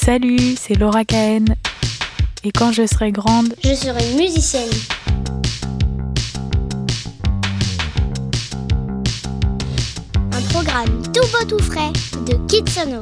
Salut, c'est Laura Cahen. Et quand je serai grande, je serai musicienne. Un programme tout beau tout frais de Kidsono.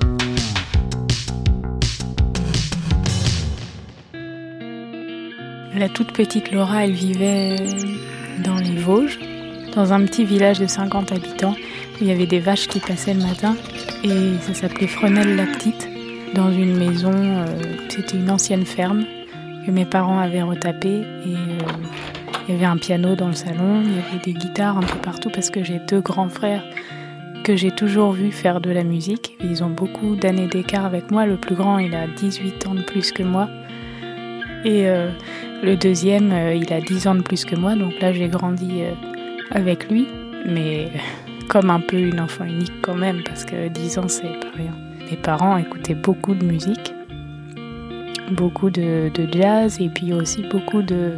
La toute petite Laura, elle vivait dans les Vosges, dans un petit village de 50 habitants, où il y avait des vaches qui passaient le matin, et ça s'appelait Fresnel-la-Petite, dans une maison, c'était une ancienne ferme, que mes parents avaient retapée, et il y avait un piano dans le salon, il y avait des guitares un peu partout, parce que j'ai 2 grands frères que j'ai toujours vus faire de la musique. Ils ont beaucoup d'années d'écart avec moi, le plus grand, il a 18 ans de plus que moi, et le deuxième, il a 10 ans de plus que moi, donc là j'ai grandi avec lui, mais comme un peu une enfant unique quand même, parce que 10 ans c'est pas rien. Mes parents écoutaient beaucoup de musique, beaucoup de jazz, et puis aussi beaucoup des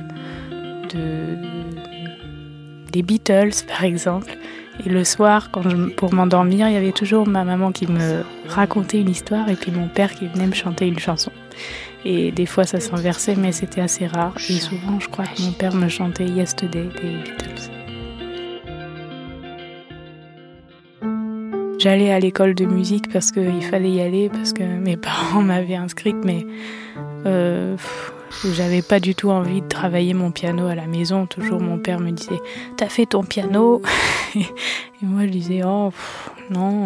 Beatles par exemple. Et le soir, pour m'endormir, il y avait toujours ma maman qui me racontait une histoire, et puis mon père qui venait me chanter une chanson. Et des fois ça s'inversait, mais c'était assez rare. Et souvent, je crois que mon père me chantait Yesterday des Beatles. J'allais à l'école de musique parce qu'il fallait y aller, parce que mes parents m'avaient inscrite, mais j'avais pas du tout envie de travailler mon piano à la maison. Toujours mon père me disait « T'as fait ton piano ?» Et moi je disais « Oh, non ».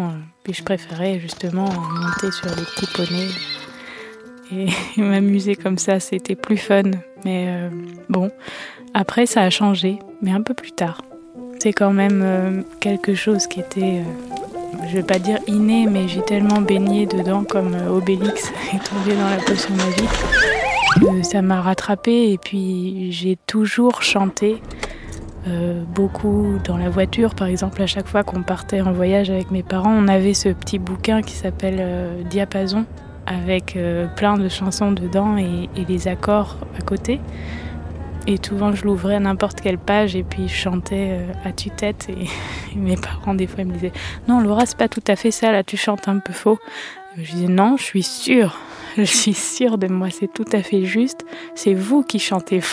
Puis je préférais justement monter sur les petits poneys et m'amuser comme ça, c'était plus fun. Mais bon, après ça a changé, mais un peu plus tard. C'est quand même quelque chose qui était, je vais pas dire inné, mais j'ai tellement baigné dedans comme Obélix est tombé dans la potion magique. Ça m'a rattrapée, et puis j'ai toujours chanté, beaucoup dans la voiture. Par exemple, à chaque fois qu'on partait en voyage avec mes parents, on avait ce petit bouquin qui s'appelle Diapason, avec plein de chansons dedans et les accords à côté. Et souvent je l'ouvrais à n'importe quelle page et puis je chantais à tue-tête, et mes parents des fois ils me disaient « Non Laura, c'est pas tout à fait ça, là tu chantes un peu faux ». Je disais « Non, je suis sûre de moi, c'est tout à fait juste, c'est vous qui chantez faux ».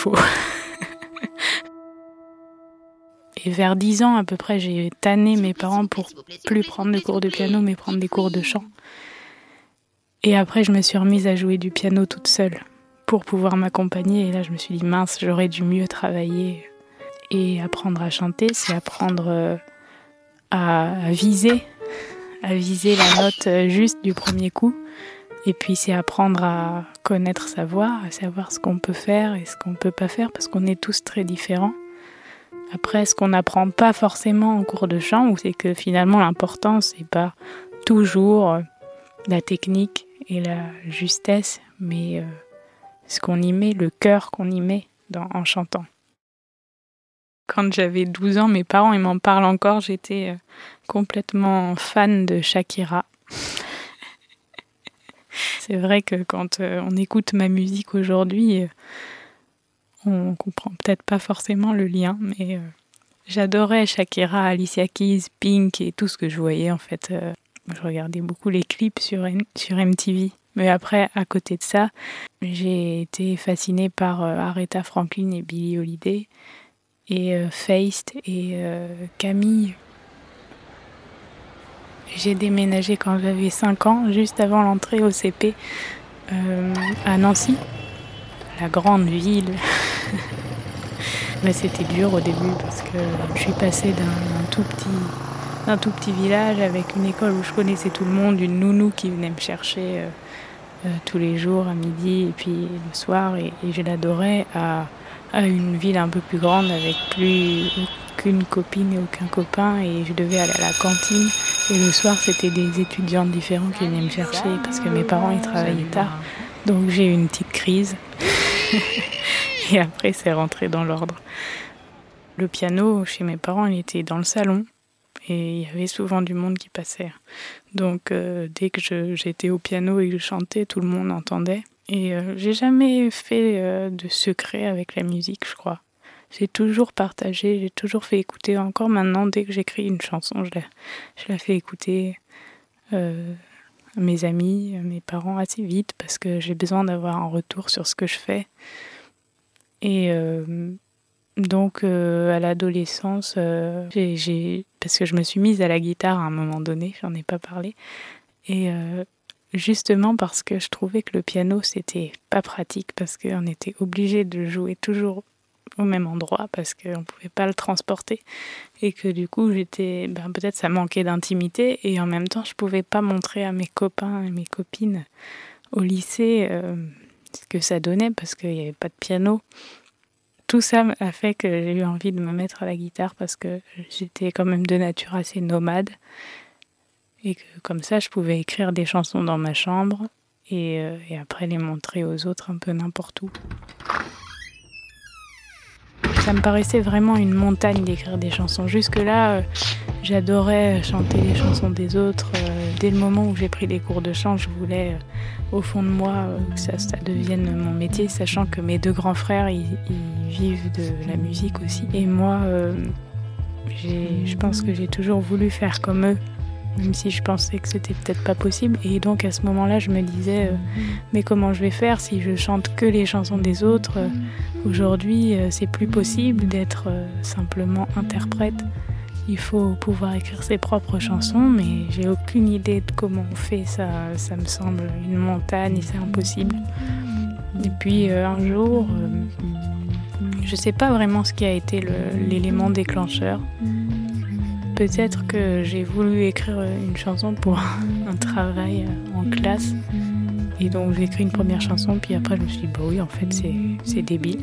Et vers 10 ans à peu près, j'ai tanné mes parents pour plus prendre de cours de piano mais prendre des cours de chant. Et après je me suis remise à jouer du piano toute seule pour pouvoir m'accompagner, et là je me suis dit mince, j'aurais dû mieux travailler. Et apprendre à chanter, c'est apprendre à viser la note juste du premier coup, et puis c'est apprendre à connaître sa voix, à savoir ce qu'on peut faire et ce qu'on peut pas faire, parce qu'on est tous très différents. Après, ce qu'on n'apprend pas forcément en cours de chant, c'est que finalement l'important c'est pas toujours la technique et la justesse, mais ce qu'on y met, le cœur qu'on y met en chantant. Quand j'avais 12 ans, mes parents, ils m'en parlent encore, j'étais complètement fan de Shakira. C'est vrai que quand on écoute ma musique aujourd'hui, on comprend peut-être pas forcément le lien, mais j'adorais Shakira, Alicia Keys, Pink et tout ce que je voyais en fait. Je regardais beaucoup les clips sur MTV. Mais après, à côté de ça, j'ai été fascinée par Aretha Franklin et Billie Holiday, et Feist et Camille. J'ai déménagé quand j'avais 5 ans, juste avant l'entrée au CP, à Nancy, la grande ville. Mais c'était dur au début parce que je suis passée d'un tout petit village avec une école où je connaissais tout le monde, une nounou qui venait me chercher tous les jours à midi et puis le soir, et je l'adorais, à une ville un peu plus grande avec plus aucune copine et aucun copain, et je devais aller à la cantine, et le soir c'était des étudiants différents qui venaient me chercher parce que mes parents ils travaillaient tard, donc j'ai eu une petite crise et après c'est rentré dans l'ordre. Le piano chez mes parents il était dans le salon, et il y avait souvent du monde qui passait. Donc dès que j'étais au piano et que je chantais, tout le monde entendait. Et j'ai jamais fait de secret avec la musique, je crois. J'ai toujours partagé, j'ai toujours fait écouter. Encore maintenant, dès que j'écris une chanson, je la fais écouter mes amis, mes parents assez vite parce que j'ai besoin d'avoir un retour sur ce que je fais. Et donc à l'adolescence, parce que je me suis mise à la guitare à un moment donné, j'en ai pas parlé. Et justement parce que je trouvais que le piano c'était pas pratique parce qu'on était obligé de jouer toujours au même endroit parce qu'on pouvait pas le transporter et que du coup peut-être ça manquait d'intimité et en même temps je pouvais pas montrer à mes copains et mes copines au lycée ce que ça donnait parce qu'il y avait pas de piano. Tout ça a fait que j'ai eu envie de me mettre à la guitare parce que j'étais quand même de nature assez nomade et que comme ça je pouvais écrire des chansons dans ma chambre et après les montrer aux autres un peu n'importe où. Ça me paraissait vraiment une montagne d'écrire des chansons. Jusque-là, j'adorais chanter les chansons des autres. Dès le moment où j'ai pris des cours de chant, je voulais, au fond de moi, que ça devienne mon métier, sachant que mes 2 grands frères, ils vivent de la musique aussi. Et moi, je pense que j'ai toujours voulu faire comme eux, même si je pensais que c'était peut-être pas possible. Et donc à ce moment-là, je me disais, mais comment je vais faire si je chante que les chansons des autres Aujourd'hui, c'est plus possible d'être simplement interprète. Il faut pouvoir écrire ses propres chansons, mais j'ai aucune idée de comment on fait ça. Ça me semble une montagne et c'est impossible. Et puis un jour, je sais pas vraiment ce qui a été l'élément déclencheur. Peut-être que j'ai voulu écrire une chanson pour un travail en classe. Et donc j'ai écrit une première chanson, puis après je me suis dit, bah oui, en fait c'est débile.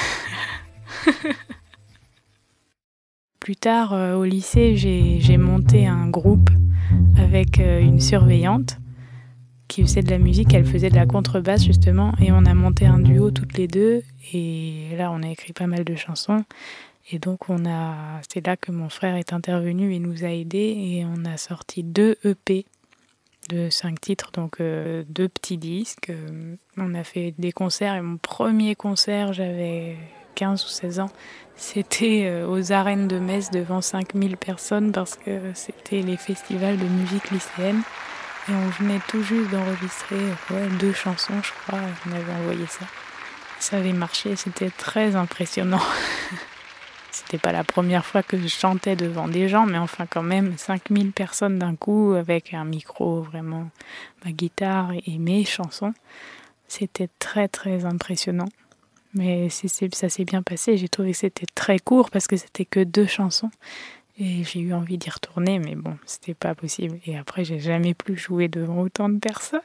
Plus tard, au lycée, j'ai monté un groupe avec une surveillante qui faisait de la musique, elle faisait de la contrebasse justement, et on a monté un duo toutes les deux, et là on a écrit pas mal de chansons. Et donc c'est là que mon frère est intervenu et nous a aidés, et on a sorti 2 EP de 5 titres, donc 2 petits disques. On a fait des concerts et mon premier concert, j'avais 15 ou 16 ans. C'était aux arènes de Metz devant 5000 personnes parce que c'était les festivals de musique lycéenne. Et on venait tout juste d'enregistrer 2 chansons, je crois. On avait envoyé ça. Ça avait marché, c'était très impressionnant. C'était pas la première fois que je chantais devant des gens, mais enfin quand même 5000 personnes d'un coup avec un micro, vraiment ma guitare et mes chansons. C'était très très impressionnant. Mais ça s'est bien passé, j'ai trouvé que c'était très court parce que c'était que 2 chansons. Et j'ai eu envie d'y retourner, mais bon, c'était pas possible. Et après, j'ai jamais plus joué devant autant de personnes.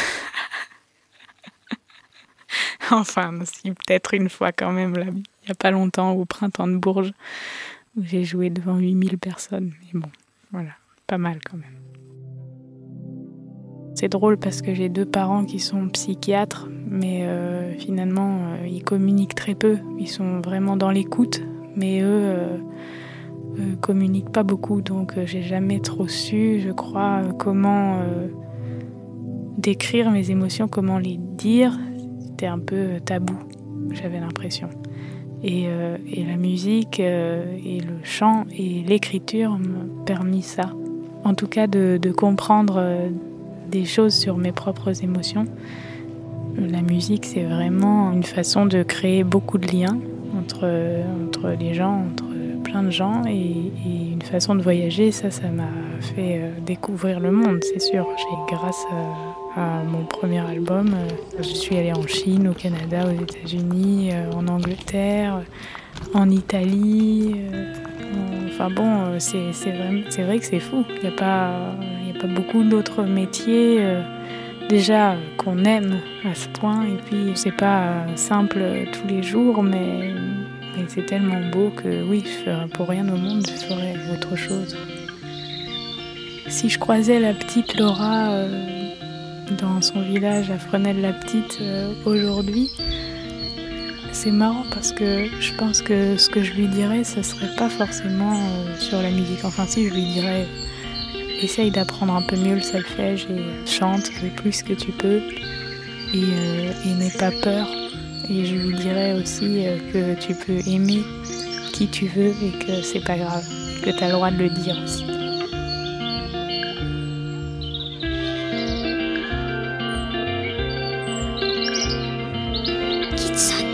Enfin, si, peut-être une fois quand même, là, il n'y a pas longtemps, au printemps de Bourges, où j'ai joué devant 8000 personnes. Mais bon, voilà, pas mal quand même. C'est drôle parce que j'ai 2 parents qui sont psychiatres, mais finalement, ils communiquent très peu. Ils sont vraiment dans l'écoute, mais eux communiquent pas beaucoup, donc j'ai jamais trop su, je crois, comment décrire mes émotions, comment les dire. C'était un peu tabou, j'avais l'impression. Et la musique et le chant et l'écriture m'ont permis ça. En tout cas, de comprendre des choses sur mes propres émotions. La musique, c'est vraiment une façon de créer beaucoup de liens entre les gens, entre plein de gens, et une façon de voyager. Ça m'a fait découvrir le monde, c'est sûr. Grâce à mon premier album, je suis allée en Chine, au Canada, aux États-Unis, en Angleterre, en Italie. Enfin bon, c'est vrai que c'est fou. Il n'y a pas beaucoup d'autres métiers déjà qu'on aime à ce point. Et puis c'est pas simple tous les jours, mais c'est tellement beau que oui, pour rien au monde, je ferais autre chose. Si je croisais la petite Laura dans son village à Fresnel-la-Petite aujourd'hui, c'est marrant parce que je pense que ce que je lui dirais, ce serait pas forcément sur la musique. Enfin si, je lui dirais essaye d'apprendre un peu mieux le solfège et chante le plus que tu peux et n'aie pas peur. Et je lui dirais aussi que tu peux aimer qui tu veux et que c'est pas grave, que tu as le droit de le dire aussi. Kitson.